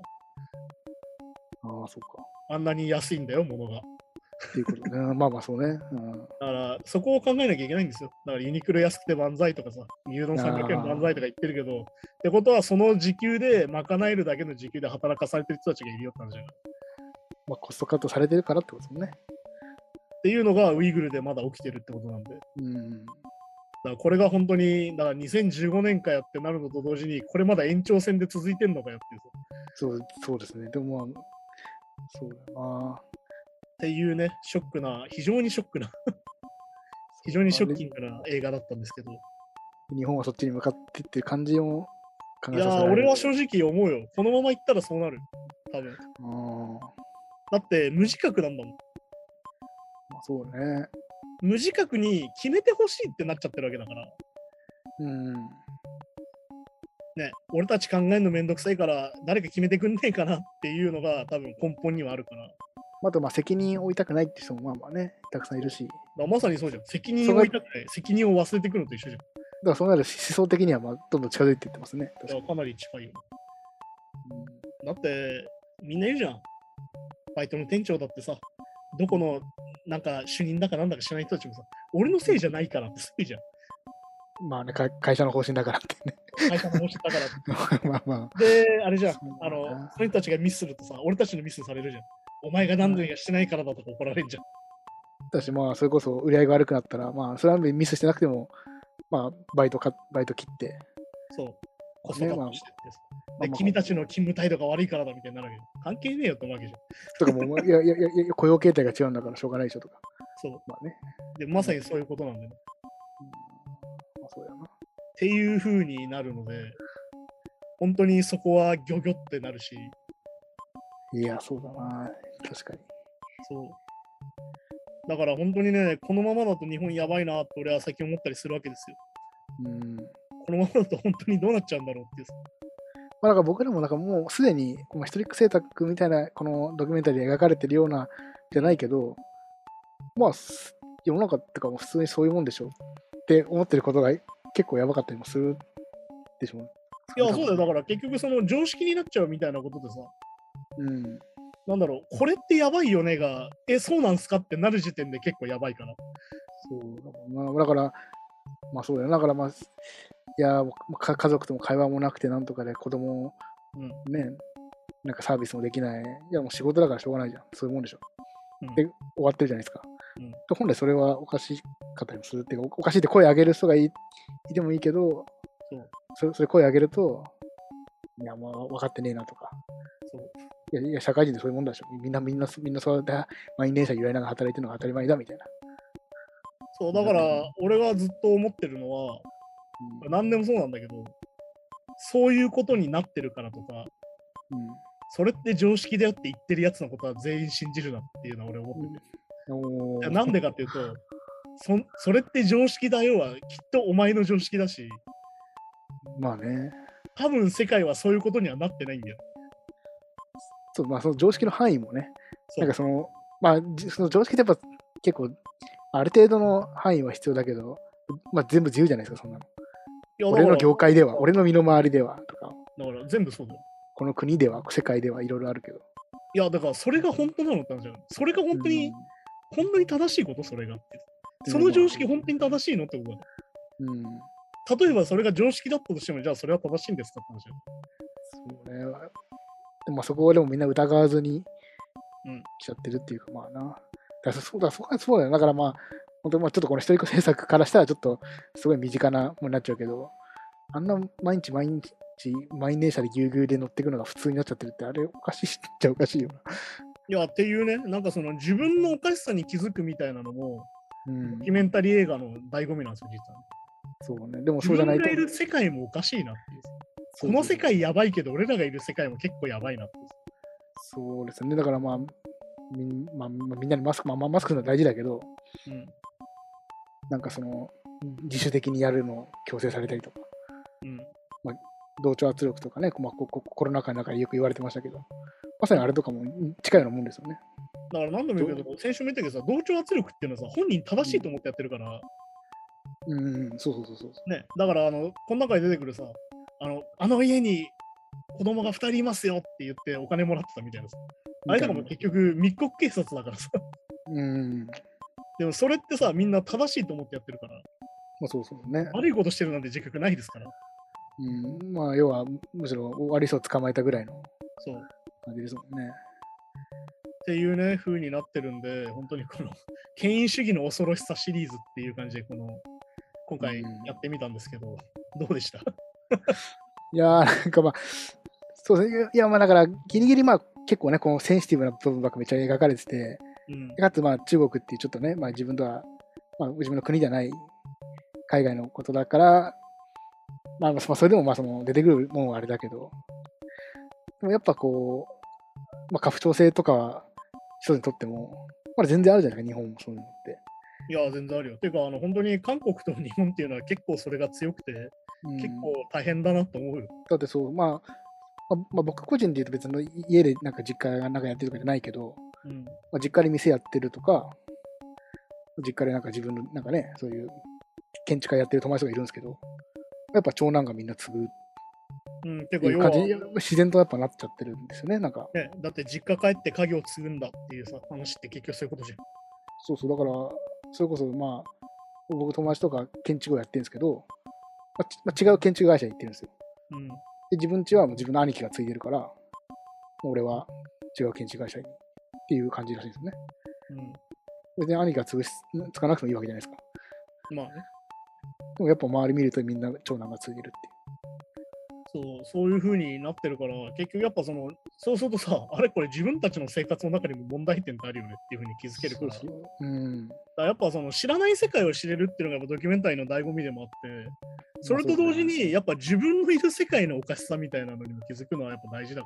か。 あんなに安いんだよ、物が。 っていうことね。そうね。 だから、そこを考えなきゃいけないんですよ。だから、ユニクロ安くて万歳とかさ、牛丼300円万歳とか言ってるけど、ってことは、その時給で賄えるだけの時給で働かされてる人たちがいるよって話じゃない。 コストカットされてるからってことですもんね。 っていうのがウイグルでまだ起きてるってことなんで。だからこれが本当に、だから2015年かやってなるのと同時に、これまだ延長戦で続いてんのかよっていう。 そうですね。でもそうだな。 っていうね、ショックな、非常にショックな非常にショッキングな映画だったんですけど。 日本はそっちに向かってっていう感じを考えさせられる。いや、俺は正直思うよ。このまま行ったらそうなる。多分。だって無自覚なんだもん。 まあ、そうね。 無自覚に決めてほしいってなっちゃってるわけだから。ね、俺たち考えるのめんどくさいから誰か決めてくんねえかなっていうのが多分根本にはあるから。 あと責任を負いたくないって人もまあね、たくさんいるし。 まさにそうじゃん。責任を負いたくない。責任を忘れてくるのと一緒じゃん。だからそうなる思想的にはどんどん近づいていってますね。 かなり近いよ。だってみんないるじゃん。バイトの店長だってさ、どこのなんか主任だかなんだか知らない人たちもさ、俺のせいじゃないからってすぐじゃん。 まあね、会社の方針だからってね。 会社の方針だからって。 まあまあ。で、あれじゃん。その人たちがミスするとさ、俺たちのミスされるじゃん。お前が何度やしてないからだとか怒られんじゃん。 私まあそれこそ売り上げが悪くなったら、まあそれはミスしてなくても、まあバイト切って。 そう。コストカットしてって。で、君たちの勤務態度が悪いからだみたいになるわけど、関係ねえよってわけじゃん。 とかもう、いや、雇用形態が違うんだからしょうがないでしょとか。 そう。 まあね。 で、まさにそういうことなんだよね。 まあそうやな。 っていう風になるので、本当にそこはギョギョってなるし。 いや、そうだな。確かに。 そう。だから本当にね、このままだと日本やばいなって俺は最近思ったりするわけですよ。このままだと本当にどうなっちゃうんだろうっていう。 まあ、なんか僕らもなんかもうすでにこの一人っ子政策みたいなこのドキュメンタリーで描かれてるようなじゃないけど、まあ世の中ってかも普通にそういうもんでしょって思ってることが結構やばかったりもするでしょ。 いや、そうだよ。だから結局その常識になっちゃうみたいなことでさ、なんだろう、これってやばいよねが、そうなんすかってなる時点で結構やばいから。 そうだから、まあそうだよ。だからまあ、いや、家族とも会話もなくてなんとかで子供をね、なんかサービスもできない。いやもう仕事だからしょうがないじゃん。そういうもんでしょ。で、終わってるじゃないですか。本来それはおかしかったりもするっていうか、おかしいって声上げる人がいてもいいけど、それ声上げると、いや、もう分かってねえなとか。いや、社会人でそういうもんだでしょ。みんなそうやって満員電車揺られながら働いてるのが当たり前だみたいな。 そう、だから俺がずっと思ってるのは、何でもそうなんだけど、そういうことになってるからとか、それって常識だよって言ってるやつのことは全員信じるなっていうのは俺思ってて。なんでかっていうと、それって常識だよはきっとお前の常識だし、 まあね。 多分世界はそういうことにはなってないんだよ。 そう、まあその常識の範囲もね、なんかその常識ってやっぱ結構ある程度の範囲は必要だけど、まあ全部自由じゃないですか、そんなの。俺の業界では、俺の身の回りではとか。 だから全部そうだよ。 この国では、世界ではいろいろあるけど。 いや、だからそれが本当なのって話じゃん。それが本当に正しいことそれがって。その常識本当に正しいのってことだよ。例えばそれが常識だったとしても、じゃあそれは正しいんですかって話だよ。 そうね。まあそこをでもみんな疑わずに来ちゃってるっていうか、まあな。そうだよ。だからまあ、本当にちょっとこの一人っ子政策からしたらちょっとすごい身近なものになっちゃうけど、あんな毎日満員電車でぎゅうぎゅうで乗っていくのが普通になっちゃってるって、あれおかしいっちゃおかしいよな。 いや、っていうね、なんかその自分のおかしさに気づくみたいなのも、ドキュメンタリー映画の醍醐味なんですよ、実は。 そうね。でもそうじゃないと。 自分がいる世界もおかしいなっていう。この世界やばいけど、俺らがいる世界も結構やばいなっていう。 そうですね。だからまあ、みんなにマスクするのは大事だけど、なんかその、自主的にやるのを強制されたりとか、同調圧力とかね、コロナ禍の中でよく言われてましたけど、まさにあれとかも近いようなもんですよね。 だから何度も言うけど、先週も言ったけどさ、同調圧力っていうのはさ、本人正しいと思ってやってるから、 そう。 ね、だからこの中で出てくるさ、あの家に子供が2人いますよって言ってお金もらってたみたいなさ。あれとかも結局密告警察だからさ。でもそれってさ、みんな正しいと思ってやってるから。 まあそうね。 悪いことしてるなんて自覚ないですから。 まあ要はむしろ悪い人を捕まえたぐらいの感じですもんね。 っていうね、風になってるんで、本当にこの権威主義の恐ろしさシリーズっていう感じで今回やってみたんですけど、どうでしたいやなんかまあ、そうですね。いやまあだからギリギリまあ結構ね、このセンシティブな部分ばっかめっちゃ描かれてて、かつまあ中国っていうちょっとね、まあ自分とはまあ、自分の国じゃない海外のことだから、まあ、それでもまあその出てくるもんはあれだけど、でもやっぱこう、まあ、家父長制とかは一つにとっても、まだ全然あるじゃないですか、日本もそういうのって。 いや、全然あるよ。ていうか、本当に韓国と日本っていうのは結構それが強くて、結構大変だなと思うよ。 だってそう、まあ、僕個人で言うと別に家でなんか実家がなんかやってるとかじゃないけど、まあ、実家で店やってるとか、実家でなんか自分のなんかね、そういう建築家やってる友達がいるんですけど、やっぱ長男がみんな継ぐっていう感じ、自然とやっぱなっちゃってるんですよね、なんか。 ね、だって実家帰って家業を継ぐんだっていうさ、話って結局そういうことじゃん。 そうそう、だから、それこそまあ、僕友達とか建築をやってるんですけど、まあ、違う建築会社に行ってるんですよ。で自分家はもう自分の兄貴が継いでるから、俺は違う建築会社にっていう感じらしいですね。別に兄貴が継かなくてもいいわけじゃないですか。 まあね。 でもやっぱ周り見るとみんな長男が継いでるっていう。 そういう風になってるから、結局やっぱそうするとさ、あれこれ自分たちの生活の中にも問題点ってあるよねっていう風に気づけるから。だやっぱ知らない世界を知れるっていうのがドキュメンタリーの醍醐味でもあって、それと同時にやっぱ自分のいる世界のおかしさみたいなのにも気づくのはやっぱ大事だから。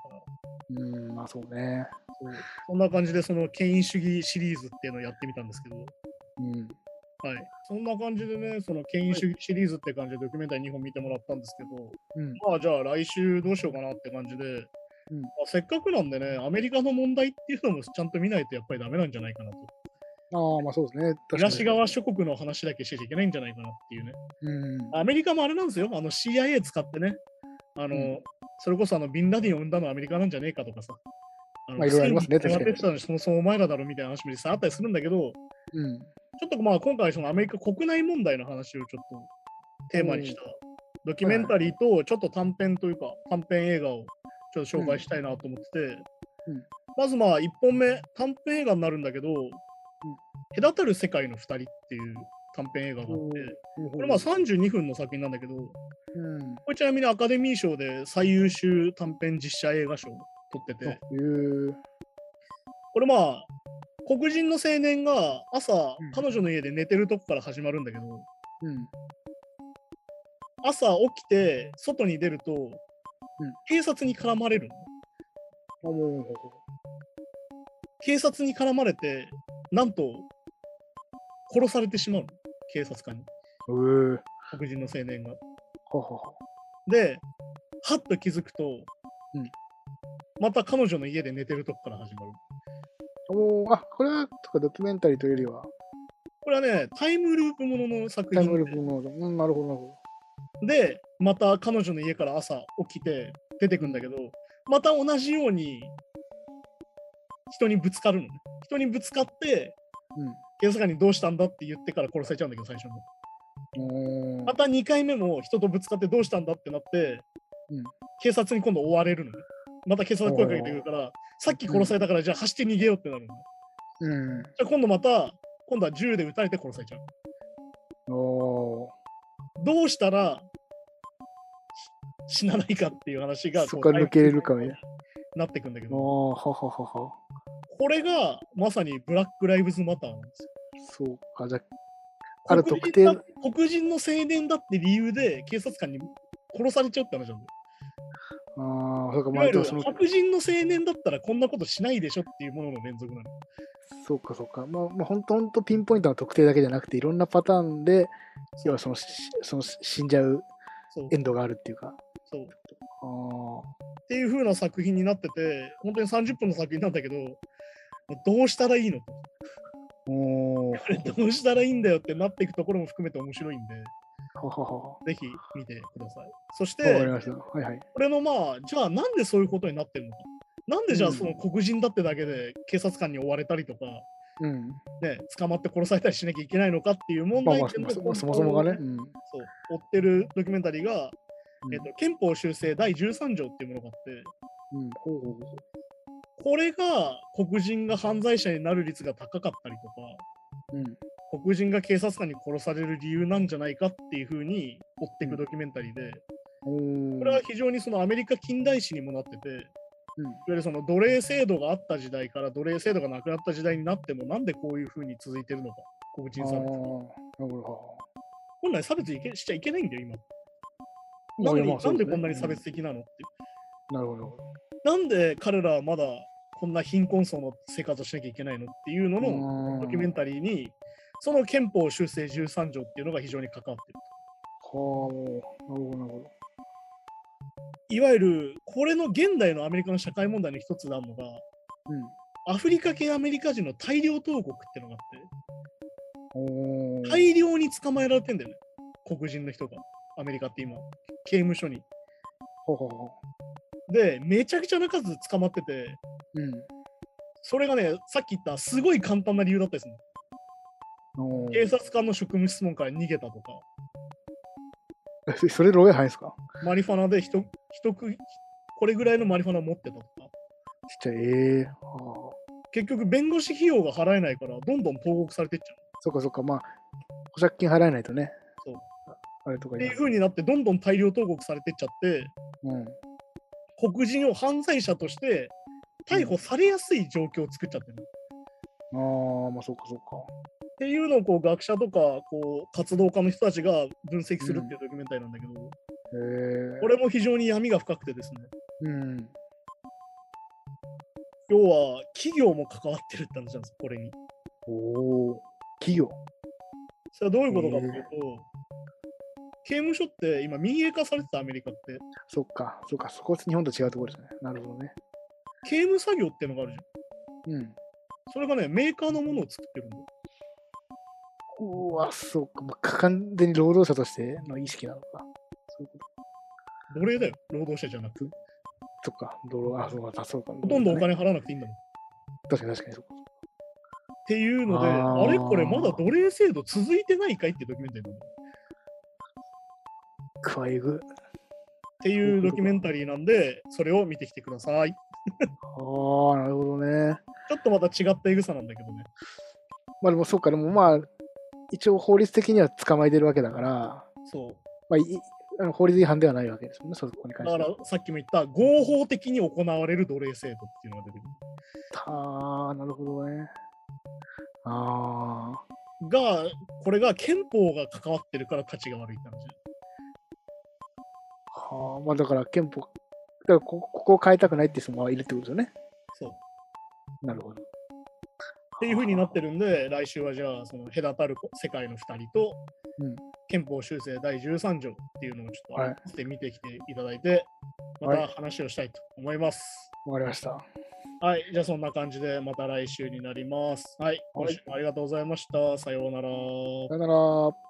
まあそうね。 そんな感じで権威主義シリーズっていうのをやってみたんですけど。はい。そんな感じでね、権威主義シリーズって感じでドキュメンタリー2本見てもらったんですけど、まあじゃあ来週どうしようかなって感じで、まあ、せっかくなんでね、アメリカの問題っていうのもちゃんと見ないとやっぱりダメなんじゃないかなと。 まあそうですね。 東側諸国の話だけしてちゃいけないんじゃないかなっていうね。アメリカもあれなんですよ。CIA 使ってね、それこそビンラディンを生んだのはアメリカなんじゃねえかとかさ。 まあいろいろありますね、確かに。 そもそもお前らだろみたいな話も実際あったりするんだけど、ちょっとまあ今回アメリカ国内問題の話をちょっとテーマにしたドキュメンタリーとちょっと短編というか短編映画をちょっと紹介したいなと思ってて、まずまあ1本目短編映画になるんだけど、隔たる世界の2人っていう短編映画があって、これまあ32分の作品なんだけど、これちなみにアカデミー賞で最優秀短編実写映画賞を取ってて、これまあ黒人の青年が朝、彼女の家で寝てるとこから始まるんだけど、朝起きて外に出ると、警察に絡まれるの。警察に絡まれて、なんと殺されてしまうの、警察官に。黒人の青年が。で、はっと気づくと、また彼女の家で寝てるとこから始まる。 これはドキュメンタリーというよりは、 これはね、タイムループものの作品。 タイムループもの。なるほど、なるほど。で、また彼女の家から朝起きて出てくんだけど、また同じように人にぶつかるのね。人にぶつかって、警察官にどうしたんだって言ってから殺されちゃうんだけど、最初の。また2回目も人とぶつかってどうしたんだってなって、警察に今度追われるのね。また警察が声かけてくるから、さっき殺されたからじゃあ走って逃げようってなるのね。じゃあ今度は銃で撃たれて殺されちゃう。どうしたら死なないかっていう話がそこから抜けれるかみたいなっていくんだけど、これがまさにブラック・ライブズ・マターなんですよ。 そうか、じゃある特定黒人の青年だって理由で警察官に殺されちゃうって話なんだよ。いわゆる白人の青年だったらこんなことしないでしょっていうものの連続なの。 そうか。まあ本当ピンポイントの特定だけじゃなくていろんなパターンで、要は死んじゃうエンドがあるっていうか。 そう。っていう風な作品になってて、本当に30分の作品なんだけど、どうしたらいいのと。どうしたらいいんだよってなっていくところも含めて面白いんで。ぜひ見てください。そして、これのじゃあなんでそういうことになってるのか。なんでじゃあその黒人だってだけで警察官に追われたりとか、捕まって殺されたりしなきゃいけないのかっていう問題点のそもそもがね、 追ってるドキュメンタリーが、憲法修正第13条っていうものがあって、これが黒人が犯罪者になる率が高かったりとか、黒人が警察官に殺される理由なんじゃないかっていう風に追っていくドキュメンタリーで、これは非常にアメリカ近代史にもなってて、 いわゆるその奴隷制度があった時代から奴隷制度がなくなった時代になっても、なんでこういうふうに続いてるのか、黒人差別。 なるほど。 本来差別しちゃいけないんだよ、今。 まあなんでこんなに差別的なのっていう。 なるほど。 なんで彼らはまだこんな貧困層の生活をしなきゃいけないのっていうののドキュメンタリーに、その憲法修正13条っていうのが非常に関わっている。 なるほど。 いわゆる、これの現代のアメリカの社会問題の一つなのが、アフリカ系アメリカ人の大量投獄っていうのがあって、大量に捕まえられてんだよね、黒人の人が。アメリカって今、刑務所に。で、めちゃくちゃな数捕まってて、それがね、さっき言ったすごい簡単な理由だったですね。警察官の職務質問から逃げたとか。 それ牢屋入るんですか？ マリファナでこれぐらいのマリファナ持ってたとか。結局、弁護士費用が払えないから、どんどん投獄されてっちゃう。 そっか、まあ、保釈金払えないとね。 そう。 あれとかっていう風になって、どんどん大量投獄されてっちゃって、黒人を犯罪者として逮捕されやすい状況を作っちゃってる。 まあ、そっか。 っていうのをこう学者とかこう活動家の人たちが分析するっていうドキュメンタリーなんだけど、これも非常に闇が深くてですね。要は企業も関わってるって話なんですよ、これに。 企業？ それはどういうことかっていうと、刑務所って今民営化されてたアメリカって。 そこは日本と違うところですね。なるほどね。 刑務作業っていうのがあるじゃん。それがね、メーカーのものを作ってるんだよ。 そうか。完全に労働者としての意識なのか。そういうこと。 奴隷だよ、労働者じゃなく。 そっか、そうか。 ほとんどお金払わなくていいんだもん。 確かにそうか。 っていうので、あれこれまだ奴隷制度続いてないかいってドキュメンタリーなんだよ。っていうドキュメンタリーなんで、それを見てきてください。 なるほどね。 ちょっとまた違ったエグさなんだけどね。 まあでもそうか、でもまあ、一応法律的には捕まえてるわけだから、 そう。 まあ、法律違反ではないわけですもんね、そこに関しては。 だからさっきも言った合法的に行われる奴隷制度っていうのが出てくる。 なるほどね。 これが憲法が関わってるから価値が悪いって話。 まあだから憲法、だからここを変えたくないって人もいるってことですよね。 そう。 なるほど。 っていう風になってるんで、来週はじゃあ、その隔たる世界の2人と、憲法修正第13条っていうのをちょっと合わせて見てきていただいて、また話をしたいと思います。 わかりました。 はい、じゃあそんな感じでまた来週になります。はい、今週もありがとうございました。さようなら。 さようなら。